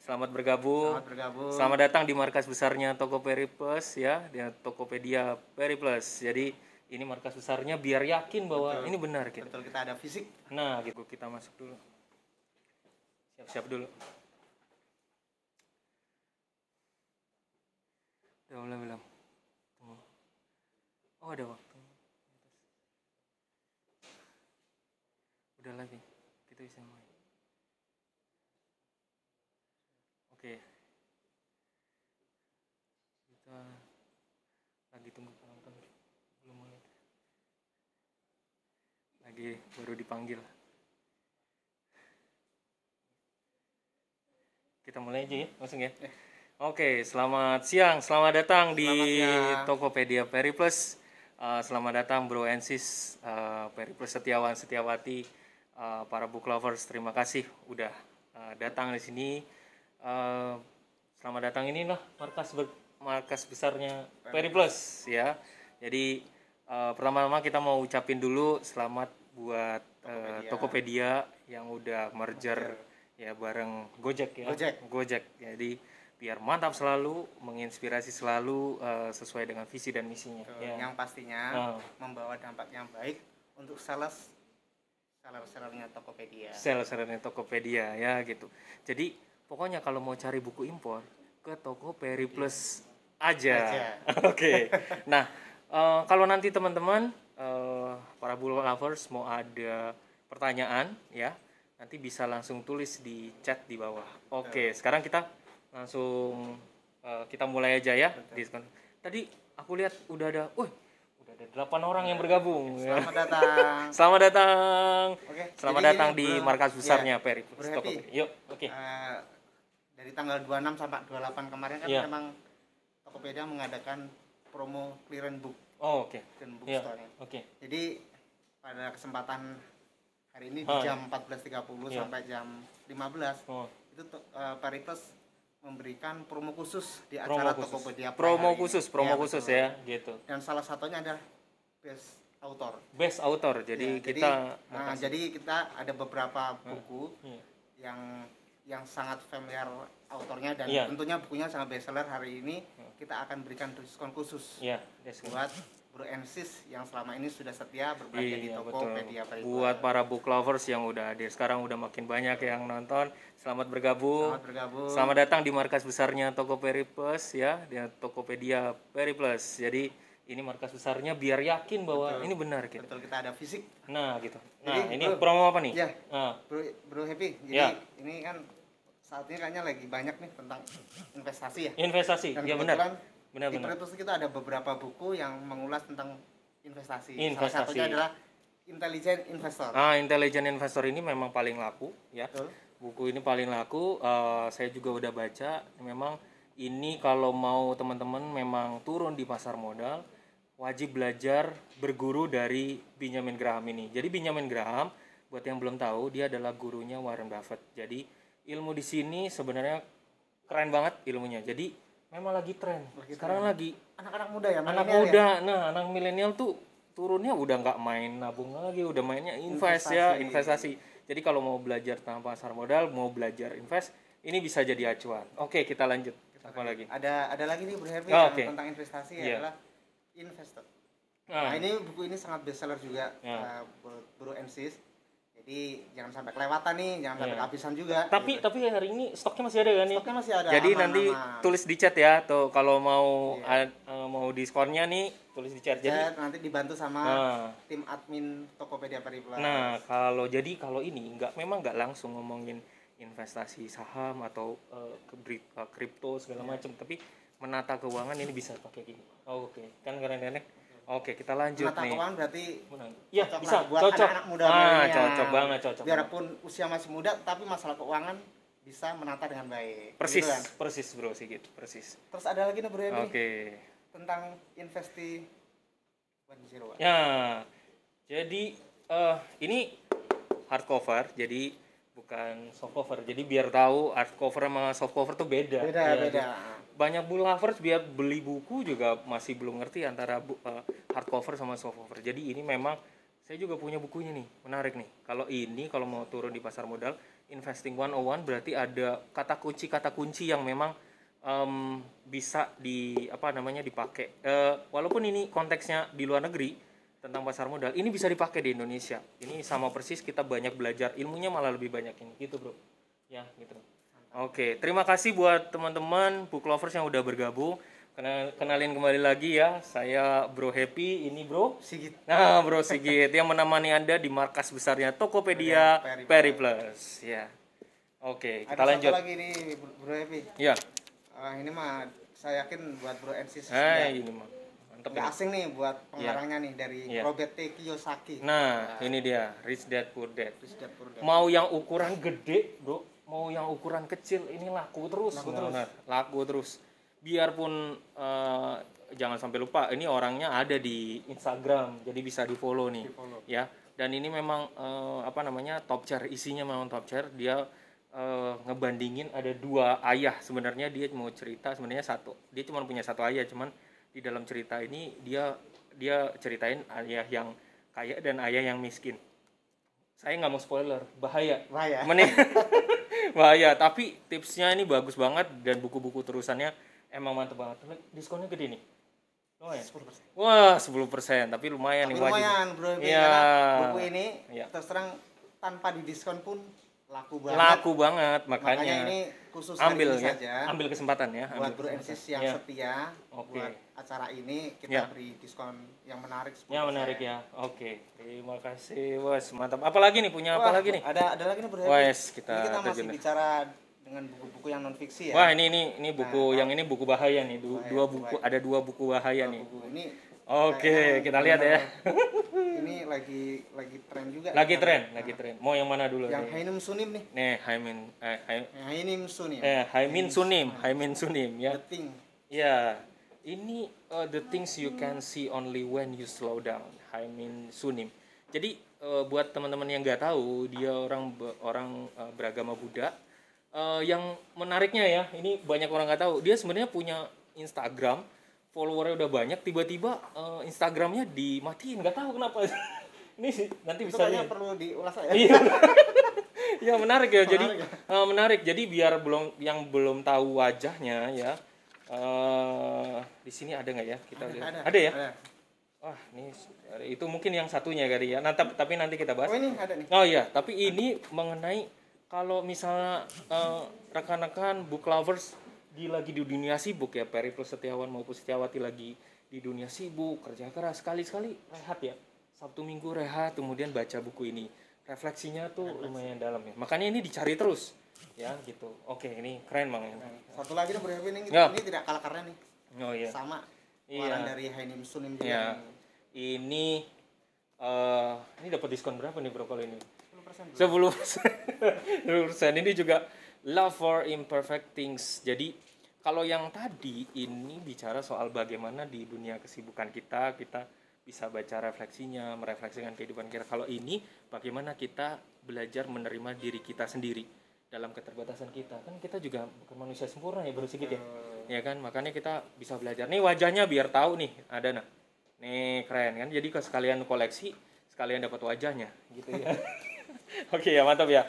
Selamat bergabung. Selamat bergabung. Selamat datang di markas besarnya Toko Periplus ya, di Tokopedia Periplus. Jadi ini markas besarnya biar yakin bahwa Betul. ini benar gitu. Betul, kita ada fisik. Nah, gitu kita masuk dulu. Siap-siap dulu. Udah mulai belum? Tunggu. Oh, ada waktu. Udah lagi. Kita bisa mulai. Oke. Kita lagi tunggu penonton. Belum mulai. Lagi baru dipanggil. Kita mulai aja ya, langsung ya. Oke, selamat siang, selamat datang di Tokopedia Periplus. Selamat datang Bro Ensis, Periplus Setiawan Setiawati, para book lovers. Terima kasih udah datang di sini. Selamat datang, ini lah markas besarnya Periplus ya. Jadi pertama-tama kita mau ucapin dulu selamat buat Tokopedia yang udah merger ya bareng Gojek ya. Gojek. Jadi biar mantap selalu, menginspirasi selalu sesuai dengan visi dan misinya. Ya. Yang pastinya membawa dampak yang baik untuk seller-sellernya Tokopedia. Seller-sellernya Tokopedia ya gitu. Jadi pokoknya kalau mau cari buku impor ke Toko Periplus aja. Oke. Nah, kalau nanti teman-teman para buku lovers mau ada pertanyaan ya, nanti bisa langsung tulis di chat di bawah. Oke, sekarang kita langsung kita mulai aja ya. Tadi aku lihat udah ada 8 orang yang bergabung. Selamat datang. Selamat datang. Oke, selamat datang di markas besarnya Periplus. Yuk, oke. Dari tanggal 26 sampai 28 kemarin kan memang Tokopedia mengadakan promo clearance book. Oh, oke. Dan book store-nya. Oke. Jadi pada kesempatan hari ini di jam 14.30 sampai jam 15 itu Periplus memberikan promo khusus di acara Tokopedia. Promo khusus ya, gitu. Dan salah satunya adalah best author. Best author. Jadi kita ada beberapa buku yang sangat familiar autornya dan tentunya bukunya sangat bestseller. Hari ini kita akan berikan diskon khusus buat Bro Ensis yang selama ini sudah setia berbelanja di Tokopedia Periplus. Buat para book lovers yang udah hadir, sekarang udah makin banyak yang nonton. Selamat bergabung. Selamat datang di markas besarnya Toko Periplus ya, di Tokopedia Periplus. Jadi ini markas besarnya biar yakin bahwa ini benar gitu. Betul, kita ada fisik. Nah, gitu. Nah, jadi, ini promo apa nih? Ya. Bro Happy. Jadi ini kan saat ini kayaknya lagi banyak nih tentang investasi ya. Investasi. Ya benar. Di Periplus kita ada beberapa buku yang mengulas tentang investasi. Salah satunya adalah Intelligent Investor. Intelligent Investor ini memang paling laku ya. Betul. Buku ini paling laku. Saya juga udah baca. Memang ini kalau mau teman-teman memang turun di pasar modal, wajib belajar berguru dari Benjamin Graham ini. Jadi Benjamin Graham, buat yang belum tahu, dia adalah gurunya Warren Buffett. Jadi ilmu di sini sebenarnya keren banget ilmunya. Jadi memang lagi tren. Sekarang lagi anak-anak muda ya. Anak muda. Ya? Nah, anak milenial tuh turunnya udah nggak main nabung lagi, udah mainnya investasi. Jadi kalau mau belajar tentang pasar modal, mau belajar invest, ini bisa jadi acuan. Oke, kita lanjut. Apa lagi? Ada lagi nih Bro Hervi tentang investasi adalah Investor. Nah, ini buku ini sangat bestseller juga Bro Ensis. Jadi jangan sampai kelewatan nih, jangan sampai kehabisan juga. Tapi hari ini stoknya masih ada kan nih? Stoknya masih ada. Jadi nanti tulis di chat ya, tuh kalau mau diskonnya nih tulis di chat. Jadi nanti dibantu sama tim admin Tokopedia Periplus. Nah, kalau ini memang nggak langsung ngomongin investasi saham atau kripto segala macam, tapi menata keuangan ini bisa pakai gini. Oke. Kan keren-keren. Oke, kita lanjut menata nih. Keuangan berarti bisa buat cocok. anak-anak muda Cocok banget. Biarpun usia masih muda, tapi masalah keuangan bisa menata dengan baik. Persis, gitu kan? Persis Bro sih gitu, persis. Terus ada lagi nih Bro Edi. Oke. Tentang Investi 1.0. Ya. Jadi ini hardcover, jadi bukan softcover. Jadi biar tahu hardcover sama softcover tuh beda. Beda. Banyak buku lovers biar beli buku juga masih belum ngerti antara hardcover sama softcover. Jadi ini memang saya juga punya bukunya nih, menarik nih. Kalau mau turun di pasar modal, Investing 101 berarti ada kata kunci yang memang bisa dipakai. Walaupun ini konteksnya di luar negeri tentang pasar modal, ini bisa dipakai di Indonesia. Ini sama persis, kita banyak belajar, ilmunya malah lebih banyak ini, gitu bro. Ya, gitu. Oke, terima kasih buat teman-teman book lovers yang udah bergabung. Kenalin kembali lagi ya, saya Bro Happy, ini Bro Sigit. Nah, Bro Sigit yang menemani Anda di markas besarnya Tokopedia Periplus. Ya. Oke, kita lanjut. Ada satu lagi nih Bro Happy. Ya. Ini mah saya yakin buat Bro NC ini mah mantap. Nggak asing nih buat pengarangnya nih dari Robert T. Kiyosaki. Nah, ini dia Rich Dad Poor Dad. Mau yang ukuran gede, Bro, mau yang ukuran kecil, ini laku terus. Laku terus. Biarpun jangan sampai lupa, ini orangnya ada di Instagram, jadi bisa di follow nih. Ya. Dan ini memang top chair, isinya memang top chair. Dia ngebandingin ada dua ayah. Sebenarnya dia mau cerita sebenarnya satu. Dia cuma punya satu ayah, cuman di dalam cerita ini dia ceritain ayah yang kaya dan ayah yang miskin. Saya nggak mau spoiler, bahaya. Bahaya. Tapi tipsnya ini bagus banget dan buku-buku terusannya emang mantep banget. Diskonnya gede nih. Lumayan. 10%. Wah, 10%, tapi lumayan nih. Lumayan, Bro. Karena buku ini terus terang tanpa didiskon pun laku banget. Makanya ini khusus ambil hari ini saja. Ambil kesempatan ya. Buat Bro NC yang setia buat acara ini kita beri diskon yang menarik. Yang menarik ya. Oke. Terima kasih, Bos. Mantap. Apalagi nih punya apa lagi nih? Ada lagi nih Bro. Kita masih bicara dengan buku-buku yang non fiksi ya. Wah, ini buku yang ini buku bahaya nih. Ada dua buku bahaya nih. Ini Oke, kita lihat ya. Ini lagi tren juga. Lagi tren. Mau yang mana dulu? Yang Haenim Sunim nih. Haemin Sunim ya. The Thing. Ya. Ini the things you can see only when you slow down. Haemin Sunim. Jadi buat teman-teman yang nggak tahu, dia orang beragama Buddha. Yang menariknya ya, ini banyak orang nggak tahu. Dia sebenarnya punya Instagram, followernya udah banyak, tiba-tiba Instagramnya dimatiin, nggak tahu kenapa. Ini sih nanti bisa perlu diulas ya. Ya menarik ya. Jadi menarik. Jadi biar belum tahu wajahnya ya. Di sini ada nggak ya? Kita lihat. Ada ya? Ada. Wah, ini itu mungkin yang satunya kali ya. Tapi nanti kita bahas. Oh, ini ada nih. Oh iya, tapi ini mengenai kalau misalnya rekan-rekan book lovers lagi di dunia sibuk ya, Periplus Setiawan maupun Setiawati lagi di dunia sibuk, kerja keras, sekali-sekali rehat ya. Sabtu Minggu rehat, kemudian baca buku ini. Refleksinya tuh lumayan dalam ya. Makanya ini dicari terus. Ya, gitu. Oke, ini keren banget. Satu lagi nih Bro Happy, ini tidak kalah keren nih. Oh iya. Sama keluaran dari Haenim Sunim juga. Iya. Ini dapat diskon berapa nih Bro kalau ini? 10%. 10%. Ini juga Love for Imperfect Things. Jadi kalau yang tadi ini bicara soal bagaimana di dunia kesibukan kita bisa baca refleksinya, merefleksikan kehidupan kita. Kalau ini bagaimana kita belajar menerima diri kita sendiri dalam keterbatasan kita. Kan kita juga bukan manusia sempurna ya Bro Sigit ya. Ya kan? Makanya kita bisa belajar. Nih wajahnya biar tahu nih, ada nah. Nih keren kan. Jadi sekalian koleksi, sekalian dapat wajahnya gitu ya. Oke ya, mantap ya.